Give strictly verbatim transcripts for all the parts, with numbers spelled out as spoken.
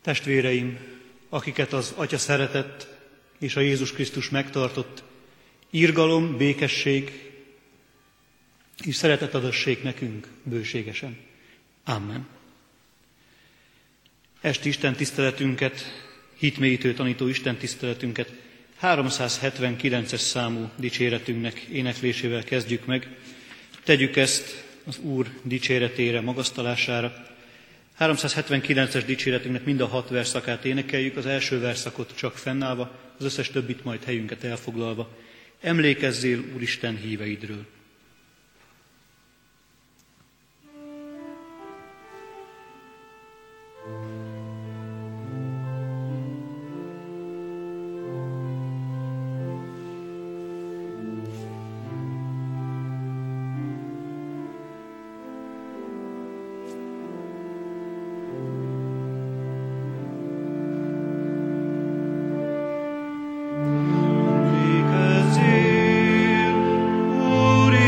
Testvéreim, akiket az Atya szeretett és a Jézus Krisztus megtartott, irgalom, békesség és szeretet adassék nekünk bőségesen. Amen. Esti Isten tiszteletünket, hitmélyítő tanító Isten tiszteletünket háromszázhetvenkilences számú dicséretünknek éneklésével kezdjük meg. Tegyük ezt az Úr dicséretére, magasztalására. háromszázhetvenkilences dicséretünknek mind a hat verszakát énekeljük, az első verszakot csak fennállva, az összes többit majd helyünket elfoglalva. Emlékezzél, Úristen, híveidről! Úr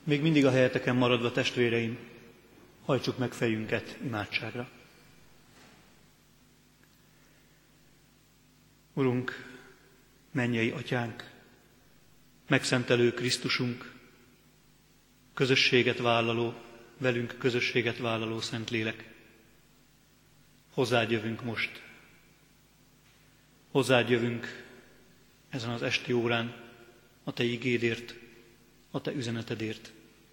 Még mindig a helyeteken maradva, testvéreim, hajtsuk meg fejünket imádságra. Urunk, mennyei Atyánk, megszentelő Krisztusunk, közösséget vállaló, velünk közösséget vállaló Szentlélek, hozzád jövünk most. Hozzád jövünk ezen az esti órán a Te igédért, a Te üzenetedért.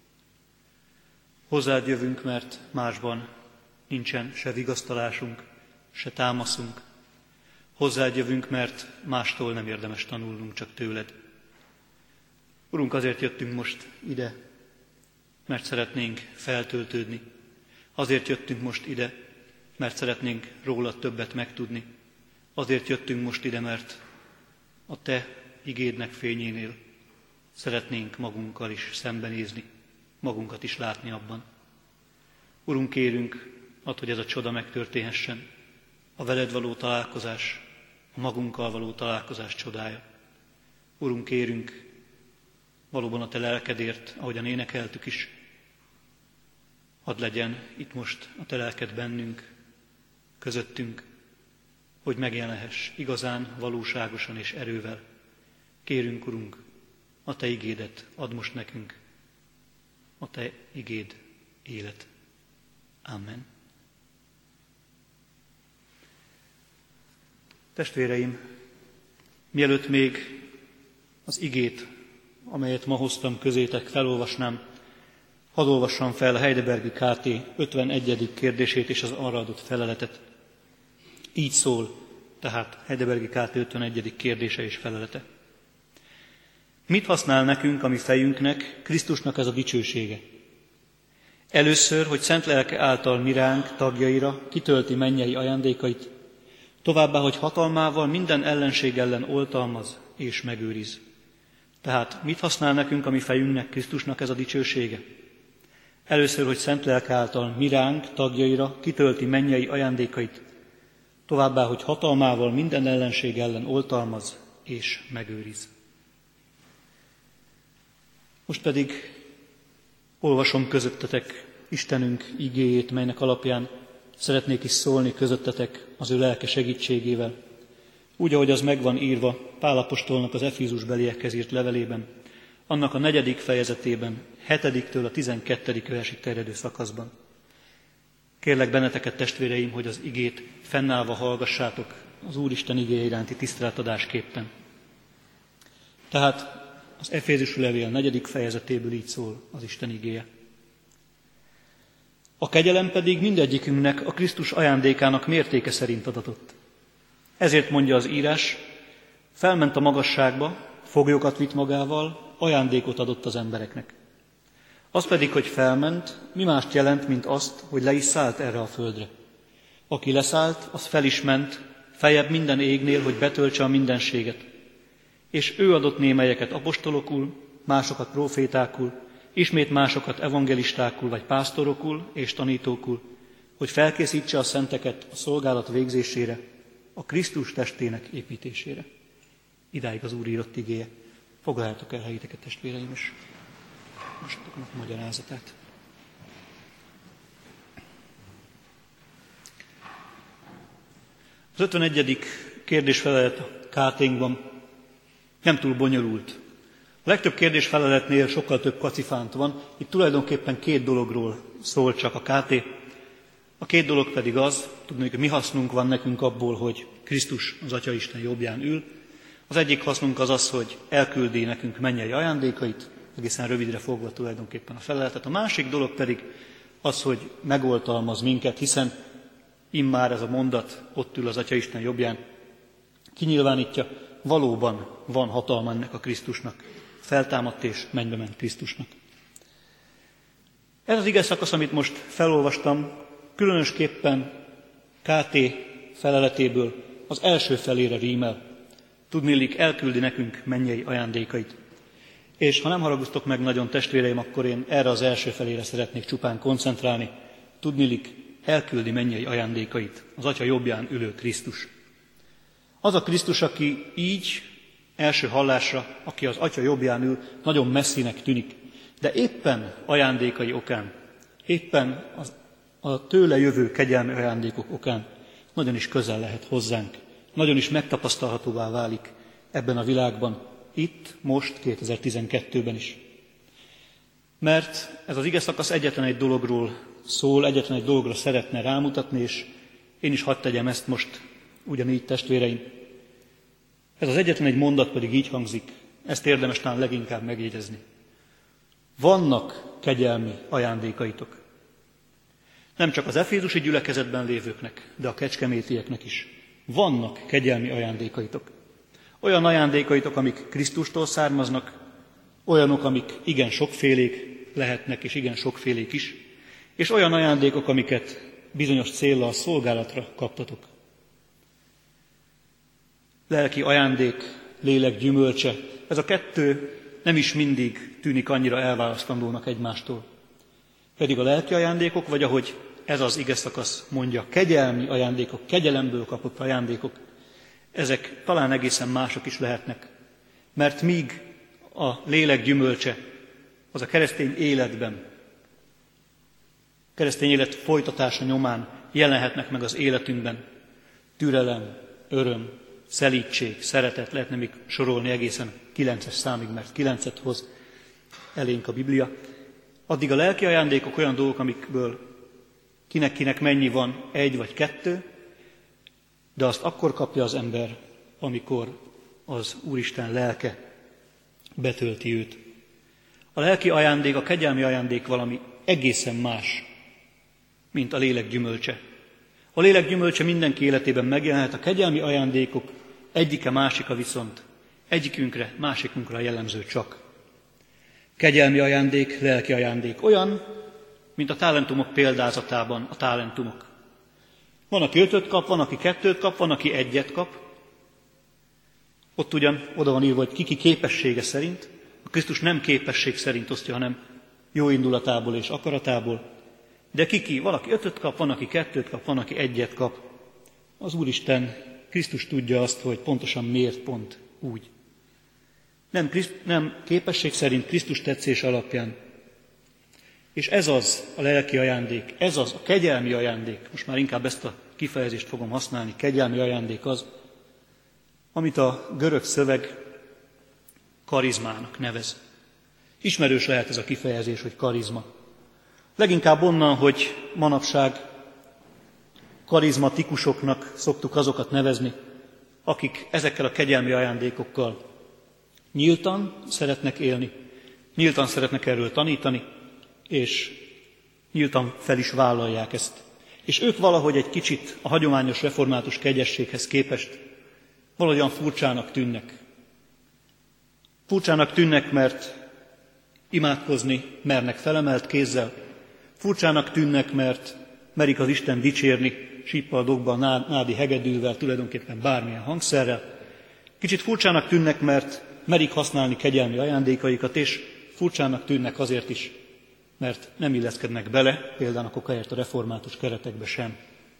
Hozzád jövünk, mert másban nincsen se vigasztalásunk, se támaszunk. Hozzád jövünk, mert mástól nem érdemes tanulnunk, csak tőled. Urunk, azért jöttünk most ide, mert szeretnénk feltöltődni. Azért jöttünk most ide, mert szeretnénk rólad többet megtudni. Azért jöttünk most ide, mert a Te igédnek fényénél szeretnénk magunkkal is szembenézni, magunkat is látni abban. Urunk, kérünk, add, hogy ez a csoda megtörténhessen, a veled való találkozás, a magunkkal való találkozás csodája. Urunk, kérünk, valóban a Te lelkedért, ahogyan énekeltük is, hadd legyen itt most a Te lelked bennünk, közöttünk, hogy megjelenhess igazán, valóságosan és erővel. Kérünk, Urunk, a Te igédet add most nekünk, a Te igéd élet. Amen. Testvéreim, mielőtt még az igét, amelyet ma hoztam közétek, felolvasnám, hadd olvassam fel a Heidelbergi ká té ötvenegyedik kérdését és az arra adott feleletet. Így szól, tehát Heidelbergi ká té ötvenegyedik kérdése és felelete. Mit használ nekünk, a mi fejünknek, Krisztusnak ez a dicsősége? Először, hogy szent lelke által mi ránk, tagjaira kitölti mennyei ajándékait, továbbá, hogy hatalmával minden ellenség ellen oltalmaz és megőriz. Tehát mit használ nekünk, a mi fejünknek, Krisztusnak ez a dicsősége? Először, hogy szent lelke által mi ránk, tagjaira kitölti mennyei ajándékait, továbbá, hogy hatalmával minden ellenség ellen oltalmaz és megőriz. Most pedig olvasom közöttetek Istenünk igéjét, melynek alapján szeretnék is szólni közöttetek az ő lelke segítségével, úgy, ahogy az megvan írva Pál apostolnak az Efézusbeliekhez írt levelében, annak a negyedik fejezetében, hetediktől a tizenkettedik versig terjedő szakaszban. Kérlek benneteket, testvéreim, hogy az igét fennállva hallgassátok az Úristen igéje iránti tiszteletadásképpen. Tehát az Efézusi levél negyedik fejezetéből így szól az Isten igéje. A kegyelem pedig mindegyikünknek a Krisztus ajándékának mértéke szerint adatott. Ezért mondja az írás, felment a magasságba, foglyokat vitt magával, ajándékot adott az embereknek. Az pedig, hogy felment, mi mást jelent, mint azt, hogy le is szállt erre a földre. Aki leszállt, az fel is ment, feljebb minden égnél, hogy betöltse a mindenséget. És ő adott némelyeket apostolokul, másokat profétákul, ismét másokat evangelistákul vagy pásztorokul és tanítókul, hogy felkészítse a szenteket a szolgálat végzésére, a Krisztus testének építésére. Idáig az Úr írott igéje. Foglaljátok el helyiteket, testvéreim, és most a magyarázatát. Az ötvenegyedik kérdésfelelet ká té-nkban nem túl bonyolult. A legtöbb kérdésfeleletnél sokkal több kacifánt van, itt tulajdonképpen két dologról szól csak a ká té. A két dolog pedig az, tudni, hogy mi hasznunk van nekünk abból, hogy Krisztus az Atyaisten jobbján ül. Az egyik hasznunk az az, hogy elküldi nekünk mennyei ajándékait, egészen rövidre fogva tulajdonképpen a feleletet. A másik dolog pedig az, hogy megoltalmaz minket, hiszen immár ez a mondat, ott ül az Atyaisten jobbján, kinyilvánítja, valóban van hatalma ennek a Krisztusnak, feltámadt és mennybe ment Krisztusnak. Ez az ige szakasz, amit most felolvastam, különösképpen ká té feleletéből az első felére rímel. Tudniillik, elküldi nekünk mennyei ajándékait. És ha nem haragudtok meg nagyon, testvéreim, akkor én erre az első felére szeretnék csupán koncentrálni. Tudniillik, elküldi mennyei ajándékait az Atya jobbján ülő Krisztus. Az a Krisztus, aki így első hallásra, aki az Atya jobbján ül, nagyon messzinek tűnik. de éppen ajándékai okán, éppen az, a tőle jövő kegyelmi ajándékok okán nagyon is közel lehet hozzánk, nagyon is megtapasztalhatóvá válik ebben a világban, itt, most, kétezer-tizenkettőben is. Mert ez az ige szakasz egyetlen egy dologról szól, egyetlen egy dologra szeretne rámutatni, és én is hadd tegyem ezt most ugyanígy, testvéreim. Ez az egyetlen egy mondat pedig így hangzik, ezt érdemes talán leginkább megjegyezni. Vannak kegyelmi ajándékaitok. Nem csak az efézusi gyülekezetben lévőknek, de a kecskemétieknek is. Vannak kegyelmi ajándékaitok. Olyan ajándékaitok, amik Krisztustól származnak, olyanok, amik igen sokfélék lehetnek, és igen sokfélék is, és olyan ajándékok, amiket bizonyos céllal szolgálatra kaptatok. Lelki ajándék, lélek gyümölcse, ez a kettő nem is mindig tűnik annyira elválasztandónak egymástól. Pedig a lelki ajándékok, vagy ahogy ez az ige szakasz mondja, kegyelmi ajándékok, kegyelemből kapott ajándékok, ezek talán egészen mások is lehetnek. Mert míg a lélek gyümölcse az a keresztény életben, keresztény élet folytatása nyomán jelenhetnek meg az életünkben, türelem, öröm, szelídség, szeretet, lehetne még sorolni egészen kilences számig, mert kilencet hoz elénk a Biblia. Addig a lelki ajándékok olyan dolgok, amikből kinek-kinek mennyi van, egy vagy kettő, de azt akkor kapja az ember, amikor az Úristen lelke betölti őt. A lelki ajándék, a kegyelmi ajándék valami egészen más, mint a lélek gyümölcse. A lélek gyümölcse mindenki életében megjelenhet, a kegyelmi ajándékok egyike másika viszont egyikünkre, másikunkra jellemző csak. Kegyelmi ajándék, lelki ajándék olyan, mint a talentumok példázatában a talentumok. Van, aki ötöt kap, van, aki kettőt kap, van, aki egyet kap. Ott ugyan oda van írva, hogy kiki képessége szerint. A Krisztus nem képesség szerint osztja, hanem jó indulatából és akaratából. De kiki, valaki ötöt kap, van, aki kettőt kap, van, aki egyet kap. Az Úristen, Krisztus tudja azt, hogy pontosan miért pont úgy. Nem, Kriszt, nem képesség szerint, Krisztus tetszés alapján. És ez az a lelki ajándék, ez az a kegyelmi ajándék, most már inkább ezt a kifejezést fogom használni, kegyelmi ajándék az, amit a görög szöveg karizmának nevez. Ismerős lehet ez a kifejezés, hogy karizma. Leginkább onnan, hogy manapság karizmatikusoknak szoktuk azokat nevezni, akik ezekkel a kegyelmi ajándékokkal nyíltan szeretnek élni, nyíltan szeretnek erről tanítani, és nyíltan fel is vállalják ezt. És ők valahogy egy kicsit a hagyományos református kegyességhez képest valahogyan furcsának tűnnek. Furcsának tűnnek, mert imádkozni mernek felemelt kézzel. Furcsának tűnnek, mert merik az Isten dicsérni, síppal, dogban, nádi hegedűvel, tulajdonképpen bármilyen hangszerrel. Kicsit furcsának tűnnek, mert merik használni kegyelmi ajándékaikat, és furcsának tűnnek azért is, mert nem illeszkednek bele, például a kokáért a református keretekbe sem.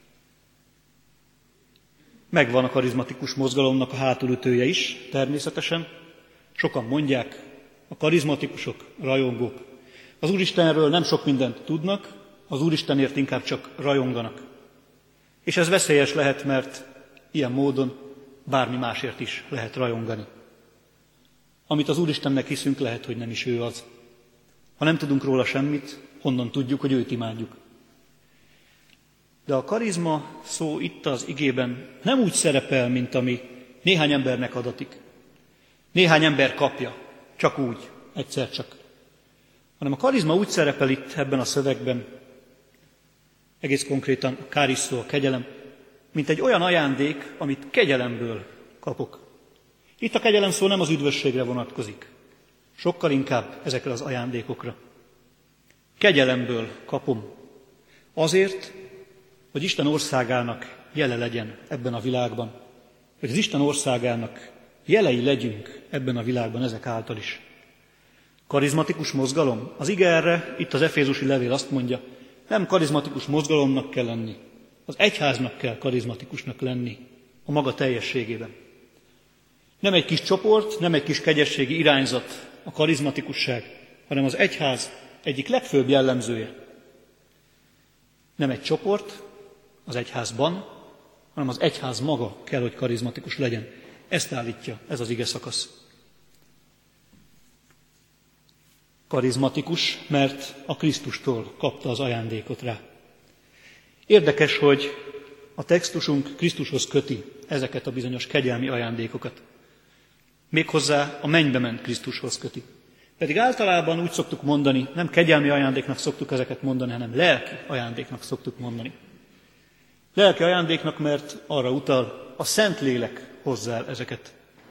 Megvan a karizmatikus mozgalomnak a hátulütője is, természetesen. Sokan mondják, a karizmatikusok, rajongók. Az Úristenről nem sok mindent tudnak, az Úristenért inkább csak rajonganak. És ez veszélyes lehet, mert ilyen módon bármi másért is lehet rajongani. Amit az Úristennek hiszünk, lehet, hogy nem is ő az. Ha nem tudunk róla semmit, honnan tudjuk, hogy őt imádjuk. De a karizma szó itt az igében nem úgy szerepel, mint ami néhány embernek adatik. Néhány ember kapja, csak úgy, egyszer csak. Hanem a karizma úgy szerepel itt ebben a szövegben, egész konkrétan a káriszó, a kegyelem, mint egy olyan ajándék, amit kegyelemből kapok. Itt a kegyelem szó nem az üdvösségre vonatkozik, sokkal inkább ezekre az ajándékokra. Kegyelemből kapom. Azért, hogy Isten országának jele legyen ebben a világban, hogy az Isten országának jelei legyünk ebben a világban ezek által is. Karizmatikus mozgalom? Az ige erre, itt az efézusi levél azt mondja, nem karizmatikus mozgalomnak kell lenni, az egyháznak kell karizmatikusnak lenni a maga teljességében. Nem egy kis csoport, nem egy kis kegyességi irányzat a karizmatikusság, hanem az egyház egyik legfőbb jellemzője. Nem egy csoport az egyházban, hanem az egyház maga kell, hogy karizmatikus legyen. Ezt állítja ez az ige szakasz. Karizmatikus, mert a Krisztustól kapta az ajándékot rá. Érdekes, hogy a textusunk Krisztushoz köti ezeket a bizonyos kegyelmi ajándékokat. Méghozzá a mennybe ment Krisztushoz köti. Pedig általában úgy szoktuk mondani, nem kegyelmi ajándéknak szoktuk ezeket mondani, hanem lelki ajándéknak szoktuk mondani. Lelki ajándéknak, mert arra utal, a Szentlélek hozza el ezeket.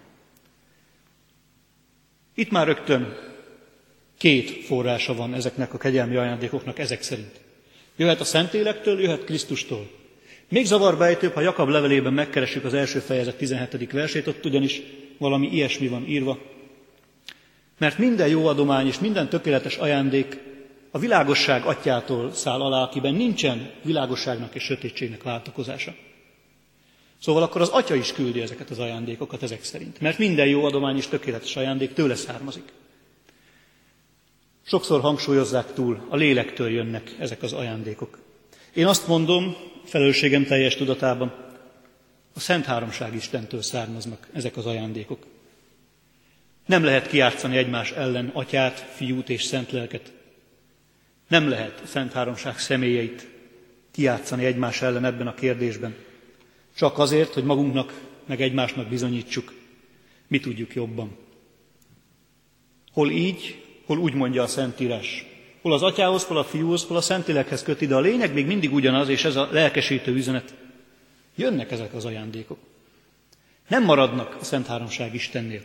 Itt már rögtön két forrása van ezeknek a kegyelmi ajándékoknak ezek szerint. Jöhet a Szentlélektől, jöhet Krisztustól. Még zavarba ejtőbb, ha Jakab levelében megkeressük az első fejezet tizenhetedik versét, ott ugyanis valami ilyesmi van írva. Mert minden jó adomány és minden tökéletes ajándék a világosság atyától száll alá, akiben nincsen világosságnak és sötétségnek váltakozása. Szóval akkor az atya is küldi ezeket az ajándékokat ezek szerint, mert minden jó adomány és tökéletes ajándék tőle származik. Sokszor hangsúlyozzák túl, a lélektől jönnek ezek az ajándékok. Én azt mondom, felelősségem teljes tudatában, a Szent Háromság Istentől származnak ezek az ajándékok. Nem lehet kijátszani egymás ellen atyát, fiút és szent lelket. Nem lehet a Szent Háromság személyeit kijátszani egymás ellen ebben a kérdésben. Csak azért, hogy magunknak meg egymásnak bizonyítsuk, mi tudjuk jobban. Hol így, hol úgy mondja a Szentírás. Hol az atyához, hol a fiúhoz, hol a Szentlélekhez köti, de a lényeg még mindig ugyanaz, és ez a lelkesítő üzenet. Jönnek ezek az ajándékok. Nem maradnak a Szent Háromság Istennél.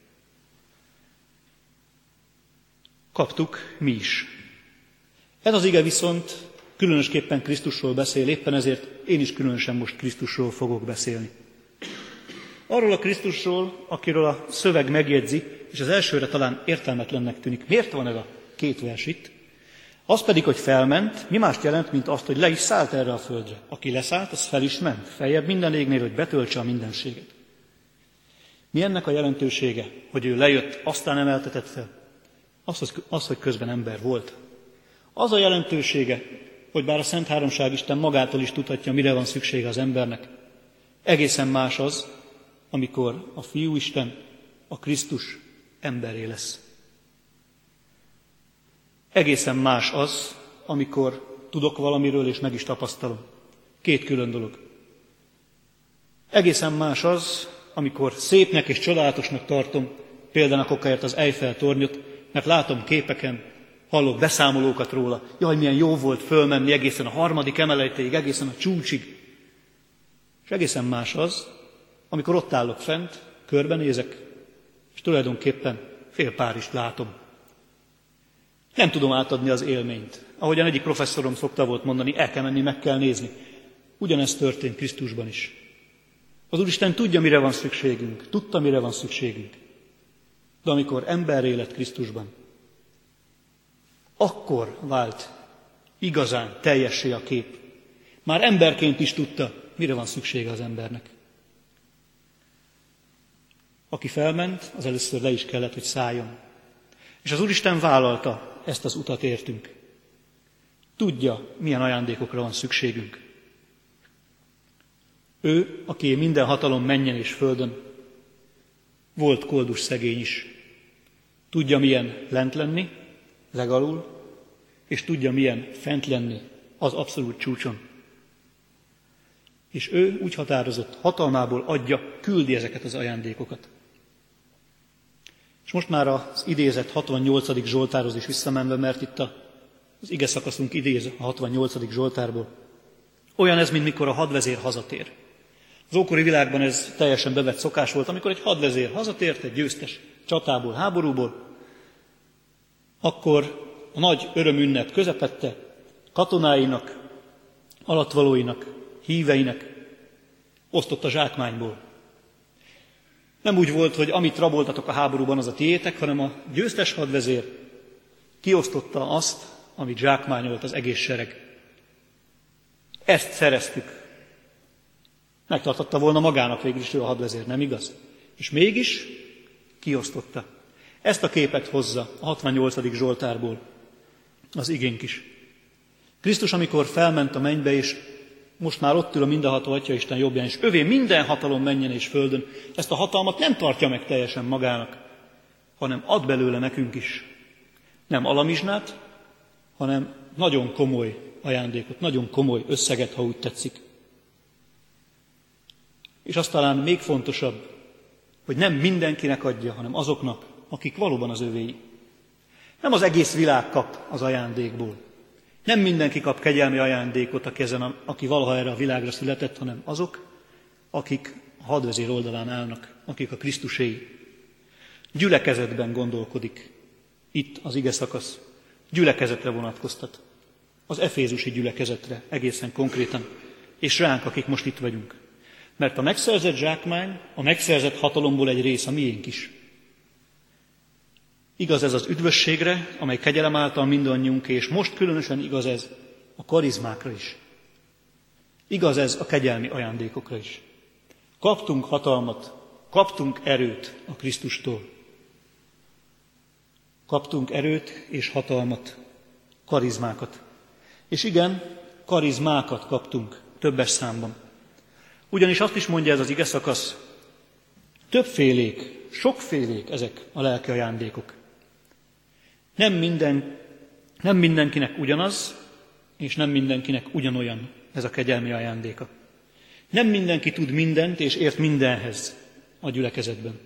Kaptuk mi is. Ez az ige viszont különösképpen Krisztusról beszél, éppen ezért én is különösen most Krisztusról fogok beszélni. Arról a Krisztusról, akiről a szöveg megjegyzi, és az elsőre talán értelmetlennek tűnik. Miért van ez a két vers itt? Az pedig, hogy felment, mi mást jelent, mint azt, hogy le is szállt erre a földre. Aki leszállt, az fel is ment, feljebb minden égnél, hogy betöltse a mindenséget. Mi ennek a jelentősége, hogy ő lejött, aztán emeltetett fel? Az, az, hogy közben ember volt. Az a jelentősége, hogy bár a Szent Háromság Isten magától is tudhatja, mire van szüksége az embernek, egészen más az, amikor a Fiú Isten, a Krisztus emberé lesz. Egészen más az, amikor tudok valamiről és meg is tapasztalom. Két külön dolog. Egészen más az, amikor szépnek és csodálatosnak tartom, például kokáért az Eiffel tornyot, mert látom képeken, hallok beszámolókat róla, jaj, milyen jó volt fölmenni egészen a harmadik emeletéig, egészen a csúcsig. És egészen más az, amikor ott állok fent, körbenézek, és tulajdonképpen fél Párizst látom. Nem tudom átadni az élményt. Ahogyan egyik professzorom szokta volt mondani, el kell menni, meg kell nézni. Ugyanezt történt Krisztusban is. Az Úristen tudja, mire van szükségünk, tudta, mire van szükségünk. De amikor emberré lett Krisztusban, akkor vált igazán teljessé a kép. Már emberként is tudta, mire van szüksége az embernek. Aki felment, az először le is kellett, hogy szálljon. És az Úristen vállalta ezt az utat értünk. Tudja, milyen ajándékokra van szükségünk. Ő, aki minden hatalom mennyen és földön, volt koldus szegény is. Tudja, milyen lent lenni, legalul, és tudja, milyen fent lenni az abszolút csúcson. És ő úgy határozott, hatalmából adja, küldi ezeket az ajándékokat. És most már az idézett hatvannyolcadik Zsoltárhoz is visszamenve, mert itt az ige szakaszunk idéz a hatvannyolcadik Zsoltárból. Olyan ez, mint mikor a hadvezér hazatér. Az ókori világban ez teljesen bevett szokás volt, amikor egy hadvezér hazatért, egy győztes csatából, háborúból, akkor a nagy örömünnep közepette katonáinak, alattvalóinak, híveinek osztott a zsákmányból. Nem úgy volt, hogy amit raboltatok a háborúban, az a tiétek, hanem a győztes hadvezér kiosztotta azt, amit zsákmányolt az egész sereg. Ezt szereztük. Megtartatta volna magának végül is ő a hadvezér, nem igaz? És mégis kiosztotta. Ezt a képet hozza a hatvannyolcadik Zsoltárból az igénk is. Krisztus, amikor felment a mennybe, és most már ott ül a mindenható Atyaisten jobbján, és övé minden hatalom mennyen és földön, ezt a hatalmat nem tartja meg teljesen magának, hanem ad belőle nekünk is. Nem alamizsnát, hanem nagyon komoly ajándékot, nagyon komoly összeget, ha úgy tetszik. És azt talán még fontosabb, hogy nem mindenkinek adja, hanem azoknak, akik valóban az övéi. Nem az egész világ kap az ajándékból. Nem mindenki kap kegyelmi ajándékot a kezen, aki valaha erre a világra született, hanem azok, akik a hadvezér oldalán állnak, akik a Krisztuséi. Gyülekezetben gondolkodik itt az ige szakasz. Gyülekezetre vonatkoztat. Az efézusi gyülekezetre egészen konkrétan, és ránk, akik most itt vagyunk. Mert a megszerzett zsákmány, a megszerzett hatalomból egy rész a miénk is. Igaz ez az üdvösségre, amely kegyelem által mindannyiunk, és most különösen igaz ez a karizmákra is. Igaz ez a kegyelmi ajándékokra is. Kaptunk hatalmat, kaptunk erőt a Krisztustól. Kaptunk erőt és hatalmat, karizmákat. És igen, karizmákat kaptunk többes számban. Ugyanis azt is mondja ez az ige szakasz, többfélék, sokfélék ezek a lelki ajándékok. Nem, minden, nem mindenkinek ugyanaz, és nem mindenkinek ugyanolyan ez a kegyelmi ajándéka. Nem mindenki tud mindent, és ért mindenhez a gyülekezetben.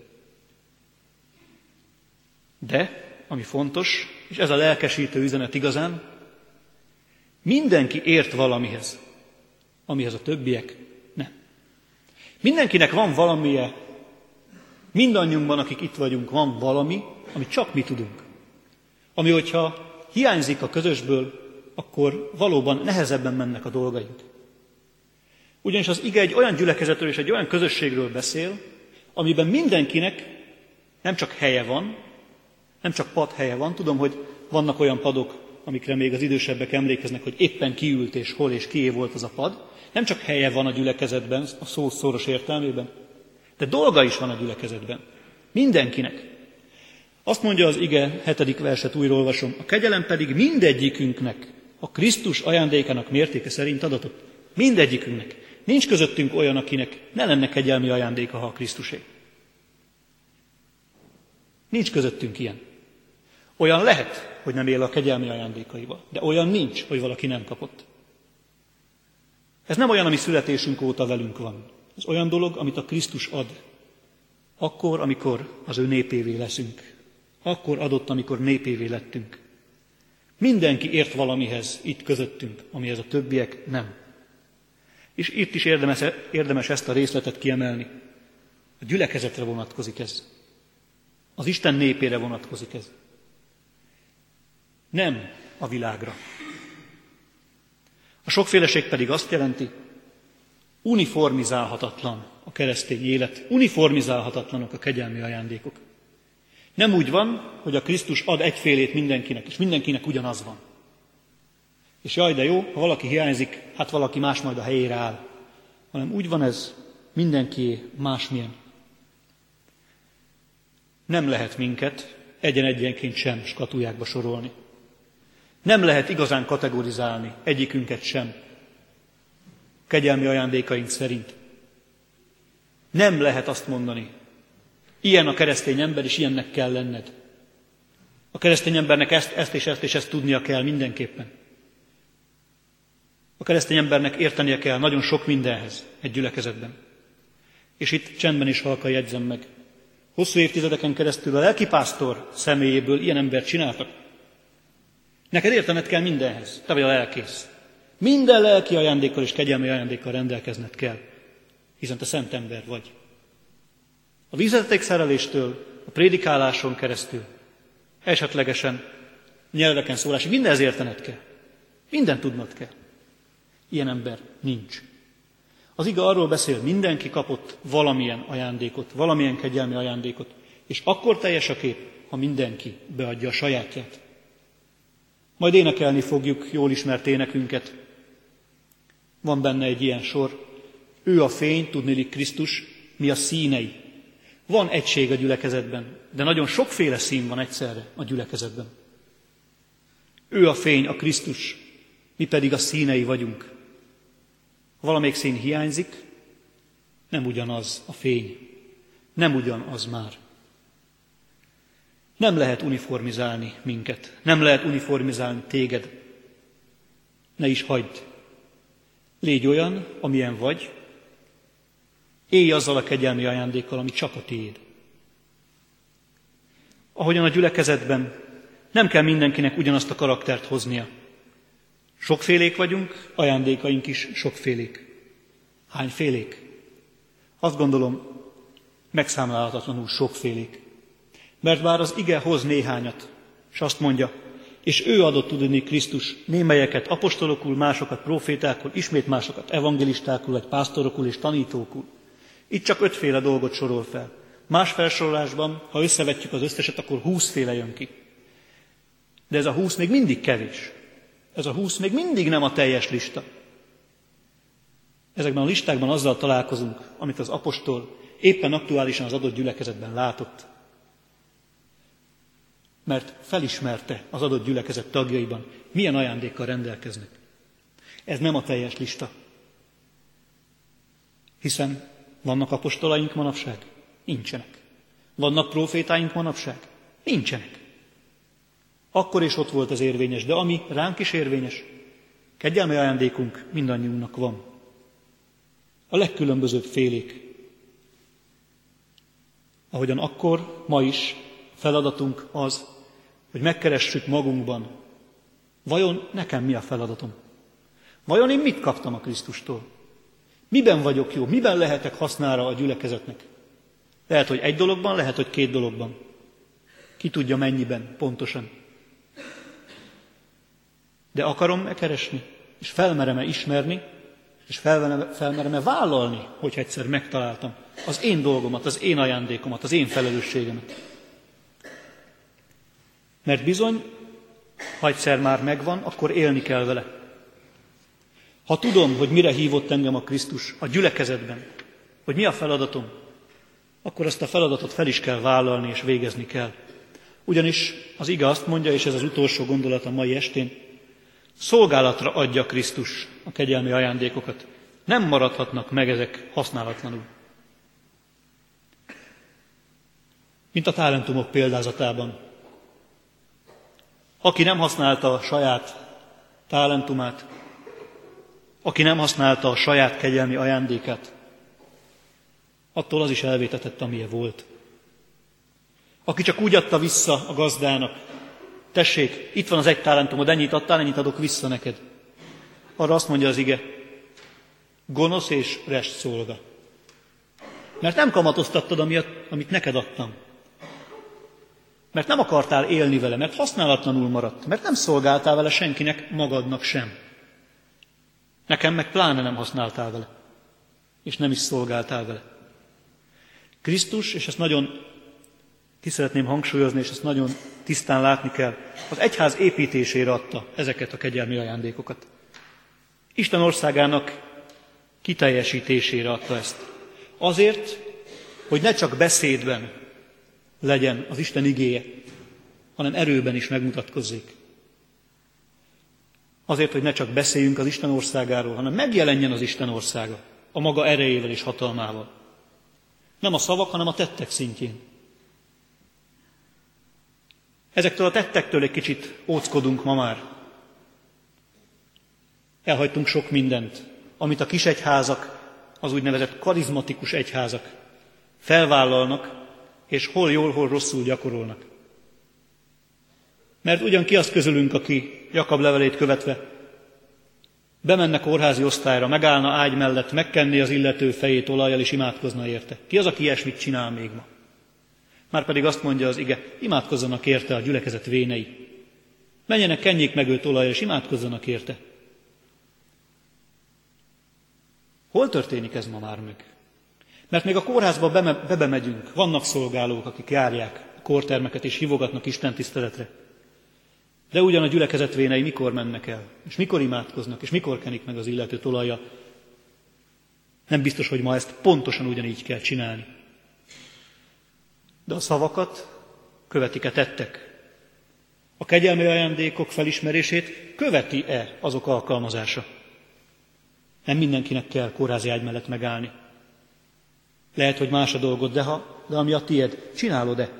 De, ami fontos, és ez a lelkesítő üzenet igazán, mindenki ért valamihez, amihez a többiek nem. Mindenkinek van valamije, mindannyiunkban, akik itt vagyunk, van valami, amit csak mi tudunk. Ami, hogyha hiányzik a közösből, akkor valóban nehezebben mennek a dolgaink. Ugyanis az ige egy olyan gyülekezetről és egy olyan közösségről beszél, amiben mindenkinek nem csak helye van, nem csak pad helye van. Tudom, hogy vannak olyan padok, amikre még az idősebbek emlékeznek, hogy éppen kiült és hol és kié volt az a pad. Nem csak helye van a gyülekezetben, a szó szoros értelmében, de dolga is van a gyülekezetben. Mindenkinek. Azt mondja az ige, hetedik verset újra olvasom, a kegyelem pedig mindegyikünknek a Krisztus ajándékának mértéke szerint adatott. Mindegyikünknek. Nincs közöttünk olyan, akinek ne lenne kegyelmi ajándéka, ha a Krisztusé. Nincs közöttünk ilyen. Olyan lehet, hogy nem él a kegyelmi ajándékaival, de olyan nincs, hogy valaki nem kapott. Ez nem olyan, ami születésünk óta velünk van. Ez olyan dolog, amit a Krisztus ad. Akkor, amikor az ő népévé leszünk. Akkor adott, amikor népévé lettünk. Mindenki ért valamihez itt közöttünk, amihez a többiek nem. És itt is érdemes, érdemes ezt a részletet kiemelni. A gyülekezetre vonatkozik ez. Az Isten népére vonatkozik ez. Nem a világra. A sokféleség pedig azt jelenti, uniformizálhatatlan a keresztény élet, uniformizálhatatlanok a kegyelmi ajándékok. Nem úgy van, hogy a Krisztus ad egyfélét mindenkinek, és mindenkinek ugyanaz van. És jaj, de jó, ha valaki hiányzik, hát valaki más majd a helyére áll. Hanem úgy van ez, mindenkié másmilyen. Nem lehet minket egyen-egyenként sem skatujákba sorolni. Nem lehet igazán kategorizálni egyikünket sem kegyelmi ajándékaink szerint. Nem lehet azt mondani, ilyen a keresztény ember, és ilyennek kell lenned. A keresztény embernek ezt, ezt és ezt és ezt tudnia kell mindenképpen. A keresztény embernek értenie kell nagyon sok mindenhez egy gyülekezetben. És itt csendben is halkan jegyzem meg. Hosszú évtizedeken keresztül a lelkipásztor személyéből ilyen embert csináltak. Neked értened kell mindenhez, te vagy a lelkész. Minden lelki ajándékkal és kegyelmi ajándékkal rendelkezned kell, hiszen te szent ember vagy. A vízvezetékszereléstől, a prédikáláson keresztül, esetlegesen nyelveken szólásig, mindenhez értened kell. Mindent tudnod kell. Ilyen ember nincs. Az ige arról beszél, mindenki kapott valamilyen ajándékot, valamilyen kegyelmi ajándékot, és akkor teljes a kép, ha mindenki beadja a sajátját. Majd énekelni fogjuk jól ismert énekünket. Van benne egy ilyen sor. Ő a fény, tudniillik Krisztus, mi a színei. Van egység a gyülekezetben, de nagyon sokféle szín van egyszerre a gyülekezetben. Ő a fény, a Krisztus, mi pedig a színei vagyunk. Ha valamelyik szín hiányzik, nem ugyanaz a fény, nem ugyanaz már. Nem lehet uniformizálni minket, nem lehet uniformizálni téged. Ne is hagyd. Légy olyan, amilyen vagy, élj azzal a kegyelmi ajándékkal, ami csak a tiéd. Ahogyan a gyülekezetben nem kell mindenkinek ugyanazt a karaktert hoznia. Sokfélék vagyunk, ajándékaink is sokfélék. Hányfélék? Azt gondolom, megszámlálhatatlanul sokfélék. Mert bár az ige hoz néhányat, és azt mondja, és ő adott tudni Krisztus némelyeket apostolokul, másokat profétákul, ismét másokat evangelistákul, vagy pásztorokul és tanítókul. Itt csak ötféle dolgot sorol fel. Más felsorolásban, ha összevetjük az összeset, akkor húszféle jön ki. De ez a húsz még mindig kevés. Ez a húsz még mindig nem a teljes lista. Ezekben a listákban azzal találkozunk, amit az apostol éppen aktuálisan az adott gyülekezetben látott. Mert felismerte az adott gyülekezet tagjaiban, milyen ajándékkal rendelkeznek. Ez nem a teljes lista. Hiszen vannak apostolaink manapság? Nincsenek. Vannak profétáink manapság? Nincsenek. Akkor is ott volt ez érvényes, de ami ránk is érvényes, kegyelmi ajándékunk mindannyiunknak van. A legkülönbözőbb félék. Ahogyan akkor, ma is feladatunk az, hogy megkeressük magunkban, vajon nekem mi a feladatom? Vajon én mit kaptam a Krisztustól? Miben vagyok jó? Miben lehetek hasznára a gyülekezetnek? Lehet, hogy egy dologban, lehet, hogy két dologban. Ki tudja mennyiben pontosan. De akarom-e keresni? És felmerem-e ismerni? És felmerem-e vállalni, hogy egyszer megtaláltam az én dolgomat, az én ajándékomat, az én felelősségemet? Mert bizony, ha egyszer már megvan, akkor élni kell vele. Ha tudom, hogy mire hívott engem a Krisztus a gyülekezetben, hogy mi a feladatom, akkor azt a feladatot fel is kell vállalni és végezni kell. Ugyanis az ige azt mondja, és ez az utolsó gondolat a mai estén, szolgálatra adja Krisztus a kegyelmi ajándékokat. Nem maradhatnak meg ezek használatlanul. Mint a talentumok példázatában. Aki nem használta a saját talentumát, aki nem használta a saját kegyelmi ajándékát, attól az is elvétetett, amilyen volt. Aki csak úgy adta vissza a gazdának, tessék, itt van az egy talentumod, ennyit adtál, ennyit adok vissza neked. Arra azt mondja az ige, gonosz és rest szolga. Mert nem kamatoztattad, amit neked adtam. Mert nem akartál élni vele, mert használatlanul maradt, mert nem szolgáltál vele senkinek, magadnak sem. Nekem meg pláne nem használtál vele, és nem is szolgáltál vele. Krisztus, és ezt nagyon ki szeretném hangsúlyozni, és ezt nagyon tisztán látni kell, az egyház építésére adta ezeket a kegyelmi ajándékokat. Isten országának kiteljesítésére adta ezt. Azért, hogy ne csak beszédben legyen az Isten igéje, hanem erőben is megmutatkozzék. Azért, hogy ne csak beszéljünk az Isten országáról, hanem megjelenjen az Isten országa a maga erejével és hatalmával. Nem a szavak, hanem a tettek szintjén. Ezektől a tettektől egy kicsit óckodunk ma már. Elhagytunk sok mindent, amit a kis egyházak, az úgynevezett karizmatikus egyházak felvállalnak, és hol jól, hol rosszul gyakorolnak. Mert ugyan ki az közülünk, aki Jakab levelét követve bemenne kórházi osztályra, megállna ágy mellett, megkenné az illető fejét olajjal és imádkozna érte. Ki az, aki ilyesmit csinál még ma? Márpedig azt mondja az ige, imádkozzanak érte a gyülekezet vénei. Menjenek, kenjék meg őt olajjal, és imádkozzanak érte. Hol történik ez ma már meg? Mert még a kórházba bebemegyünk, vannak szolgálók, akik járják a kórtermeket és hívogatnak Isten tiszteletre. De ugyan a gyülekezet vénei mikor mennek el, és mikor imádkoznak, és mikor kenik meg az illetőt olajjal. Nem biztos, hogy ma ezt pontosan ugyanígy kell csinálni. De a szavakat követik-e tettek? A kegyelmi ajándékok felismerését követi-e azok alkalmazása? Nem mindenkinek kell kórházi ágy mellett megállni. Lehet, hogy más a dolgod, de, ha, de ami a tied, csinálod-e?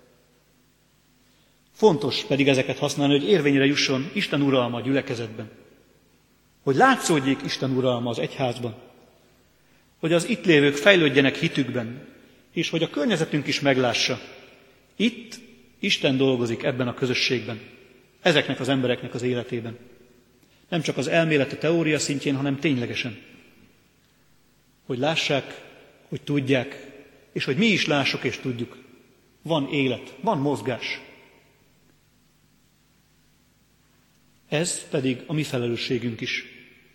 Fontos pedig ezeket használni, hogy érvényre jusson Isten uralma a gyülekezetben. Hogy látszódjék Isten uralma az egyházban. Hogy az itt lévők fejlődjenek hitükben, és hogy a környezetünk is meglássa. Itt Isten dolgozik ebben a közösségben, ezeknek az embereknek az életében. Nem csak az elméleti teória szintjén, hanem ténylegesen. Hogy lássák, hogy tudják, és hogy mi is lássuk és tudjuk. Van élet, van mozgás. Ez pedig a mi felelősségünk is.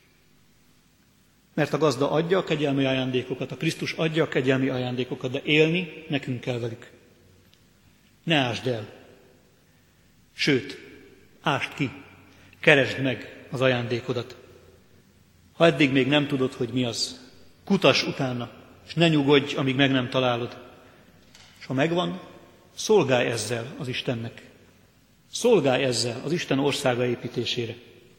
Mert a gazda adja a kegyelmi ajándékokat, a Krisztus adja a kegyelmi ajándékokat, de élni nekünk kell velük. Ne ásd el. Sőt, ásd ki, keresd meg az ajándékodat. Ha eddig még nem tudod, hogy mi az, kutass utána, és ne nyugodj, amíg meg nem találod. És ha megvan, szolgálj ezzel az Istennek. Szolgálj ezzel az Isten országa építésére.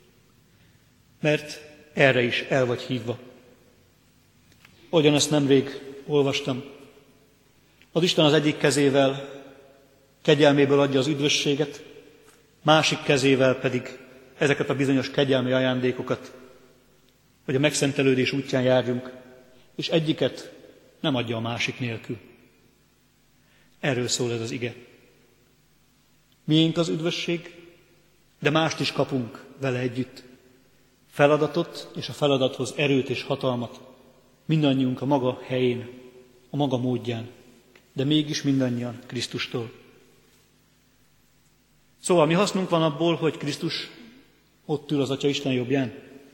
Mert erre is el vagy hívva. Ahogyan ezt nemrég olvastam, az Isten az egyik kezével kegyelméből adja az üdvösséget, másik kezével pedig ezeket a bizonyos kegyelmi ajándékokat, hogy a megszentelődés útján járjunk, és egyiket nem adja a másik nélkül. Erről szól ez az ige. Miénk az üdvösség, de mást is kapunk vele együtt. Feladatot és a feladathoz erőt és hatalmat, mindannyiunk a maga helyén, a maga módján, de mégis mindannyian Krisztustól. Szóval mi hasznunk van abból, hogy Krisztus ott ül az Atya Isten jobbján?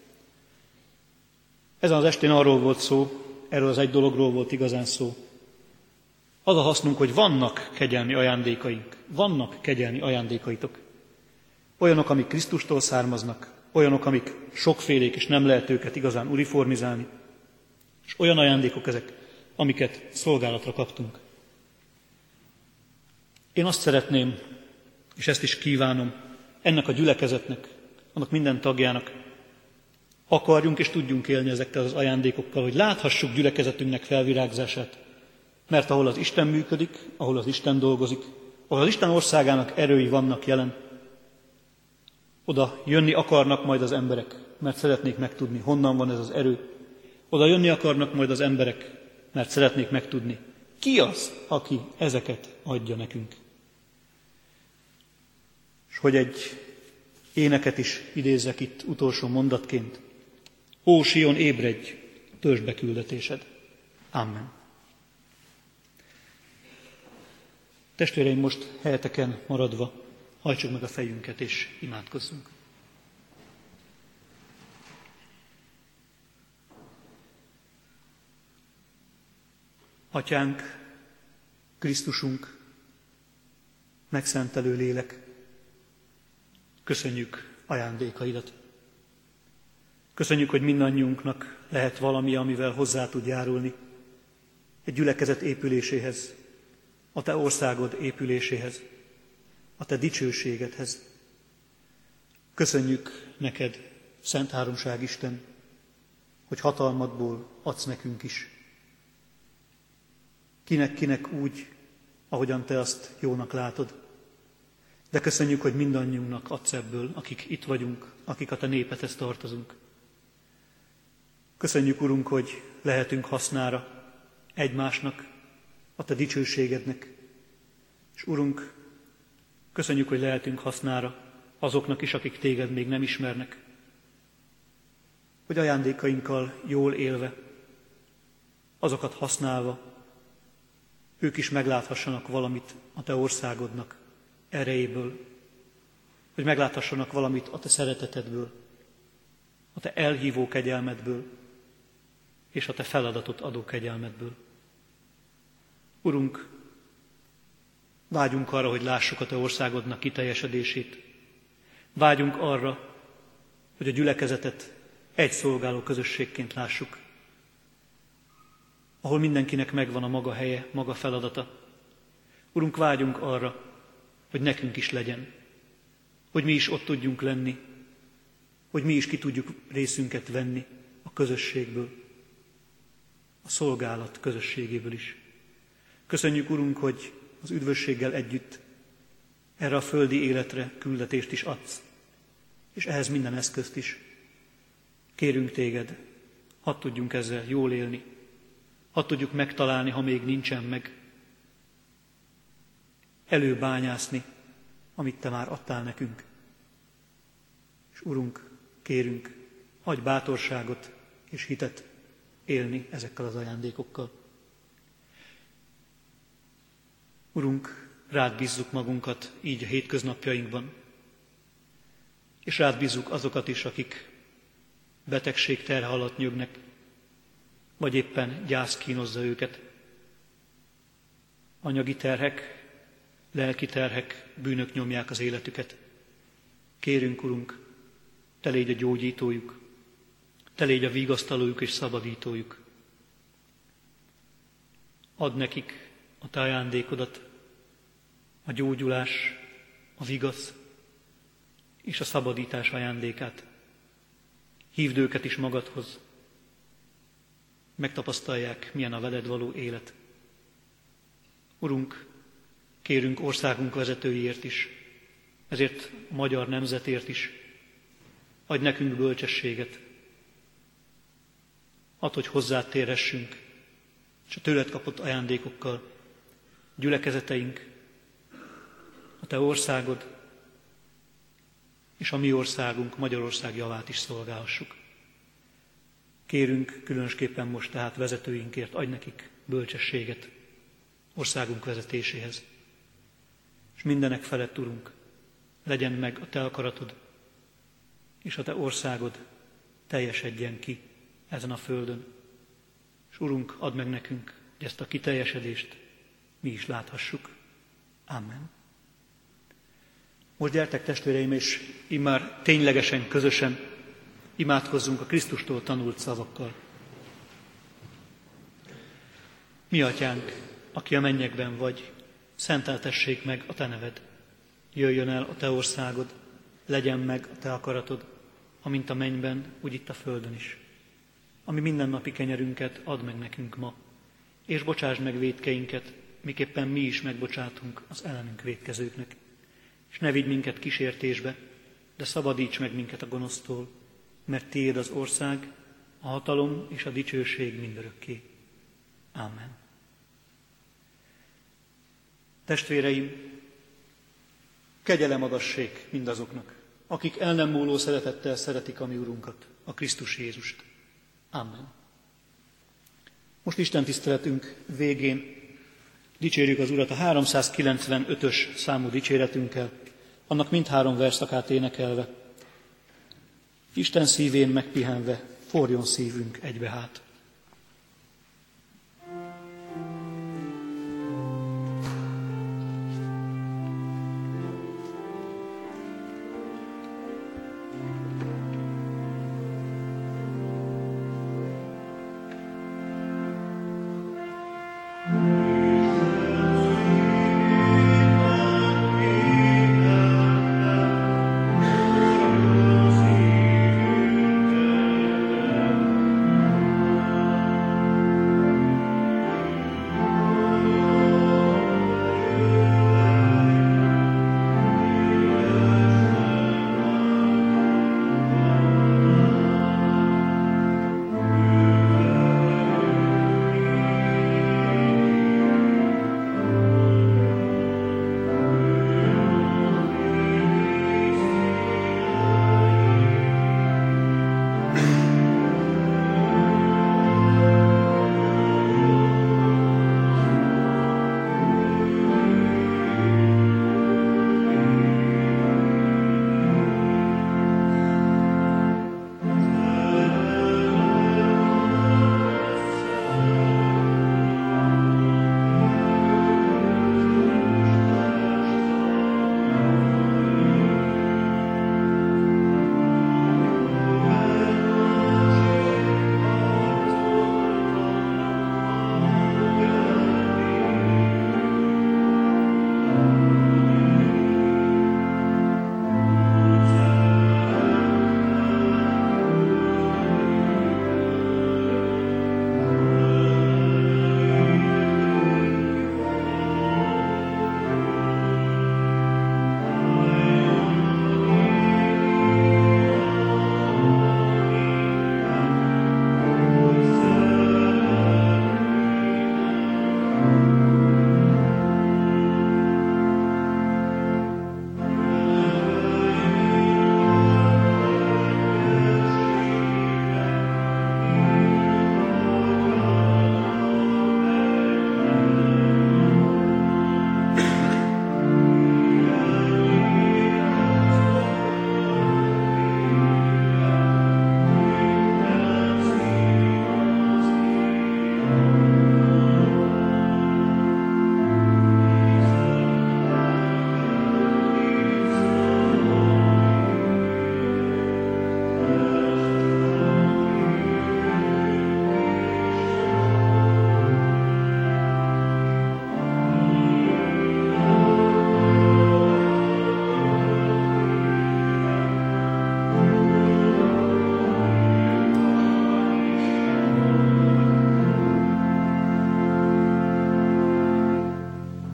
Ezen az estén arról volt szó, erről az egy dologról volt igazán szó. Az a hasznunk, hogy vannak kegyelmi ajándékaink, vannak kegyelmi ajándékaitok. Olyanok, amik Krisztustól származnak, olyanok, amik sokfélék, és nem lehet őket igazán uniformizálni, és olyan ajándékok ezek, amiket szolgálatra kaptunk. Én azt szeretném, és ezt is kívánom, ennek a gyülekezetnek, annak minden tagjának, akarjunk és tudjunk élni ezekkel az ajándékokkal, hogy láthassuk gyülekezetünknek felvirágzását. Mert ahol az Isten működik, ahol az Isten dolgozik, ahol az Isten országának erői vannak jelen, oda jönni akarnak majd az emberek, mert szeretnék megtudni, honnan van ez az erő. Oda jönni akarnak majd az emberek, mert szeretnék megtudni, ki az, aki ezeket adja nekünk. És hogy egy éneket is idézzek itt utolsó mondatként. Ó, Sion, ébredj, töltsd be küldetésed. Amen. Testvéreim, most helyeteken maradva hajtsuk meg a fejünket és imádkozzunk. Atyánk, Krisztusunk, megszentelő lélek, köszönjük ajándékaidat. Köszönjük, hogy mindannyiunknak lehet valami, amivel hozzá tud járulni egy gyülekezet épüléséhez, a te országod épüléséhez, a te dicsőségedhez. Köszönjük neked, Szent Háromság Isten, hogy hatalmadból adsz nekünk is. Kinek-kinek úgy, ahogyan te azt jónak látod. De köszönjük, hogy mindannyiunknak adsz ebből, akik itt vagyunk, akik a te népedhez tartozunk. Köszönjük, Urunk, hogy lehetünk hasznára egymásnak, a te dicsőségednek. És Urunk, köszönjük, hogy lehetünk hasznára azoknak is, akik téged még nem ismernek. Hogy ajándékainkkal jól élve, azokat használva, ők is megláthassanak valamit a te országodnak erejéből, hogy megláthassanak valamit a te szeretetedből, a te elhívó kegyelmedből, és a te feladatot adó kegyelmedből. Urunk, vágyunk arra, hogy lássuk a te országodnak kiteljesedését. Vágyunk arra, hogy a gyülekezetet egy szolgáló közösségként lássuk, ahol mindenkinek megvan a maga helye, maga feladata, Urunk, vágyunk arra, hogy nekünk is legyen, hogy mi is ott tudjunk lenni, hogy mi is ki tudjuk részünket venni a közösségből, a szolgálat közösségéből is. Köszönjük, Urunk, hogy az üdvösséggel együtt erre a földi életre küldetést is adsz, és ehhez minden eszközt is. Kérünk téged, hadd tudjunk ezzel jól élni, hadd tudjuk megtalálni, ha még nincsen meg, előbányászni, amit te már adtál nekünk. És Urunk, kérünk, adj bátorságot és hitet élni ezekkel az ajándékokkal. Urunk, rád bízzuk magunkat így a hétköznapjainkban, és rád bízzuk azokat is, akik betegség terhe alatt nyögnek, vagy éppen gyász kínozza őket. Anyagi terhek, lelki terhek, bűnök nyomják az életüket. Kérünk, Urunk, te légy a gyógyítójuk, te légy a vigasztalójuk és szabadítójuk. Add nekik a te ajándékodat, a gyógyulás, a vigasz és a szabadítás ajándékát. Hívd őket is magadhoz, megtapasztalják, milyen a veled való élet. Urunk, kérünk országunk vezetőiért is, ezért a magyar nemzetért is, adj nekünk bölcsességet, add, hogy hozzád térhessünk, és a tőled kapott ajándékokkal gyülekezeteink, a te országod és a mi országunk, Magyarország javát is szolgálhassuk. Kérünk különösképpen most tehát vezetőinkért, adj nekik bölcsességet országunk vezetéséhez. És mindenek felett, Urunk, legyen meg a te akaratod, és a te országod teljesedjen ki ezen a földön. És Urunk, add meg nekünk, hogy ezt a kiteljesedést mi is láthassuk. Amen. Most gyertek, testvéreim, és immár ténylegesen, közösen imádkozzunk a Krisztustól tanult szavakkal. Mi atyánk, aki a mennyekben vagy, szenteltessék meg a te neved. Jöjjön el a te országod, legyen meg a te akaratod, amint a mennyben, úgy itt a földön is. Ami mindennapi kenyerünket add meg nekünk ma, és bocsásd meg vétkeinket, miképpen mi is megbocsátunk az ellenünk vétkezőknek. És ne vigy minket kísértésbe, de szabadíts meg minket a gonosztól, mert tiéd az ország, a hatalom és a dicsőség mindörökké. Amen. Testvéreim, kegyelem adassék mindazoknak, akik el nem múló szeretettel szeretik a mi Urunkat, a Krisztus Jézust. Amen. Most Isten tiszteletünk végén dicsérjük az Urat a háromszázkilencvenötös számú dicséretünkkel, annak mindhárom verszakát énekelve. Isten szívén megpihenve, forjon szívünk egybe hát.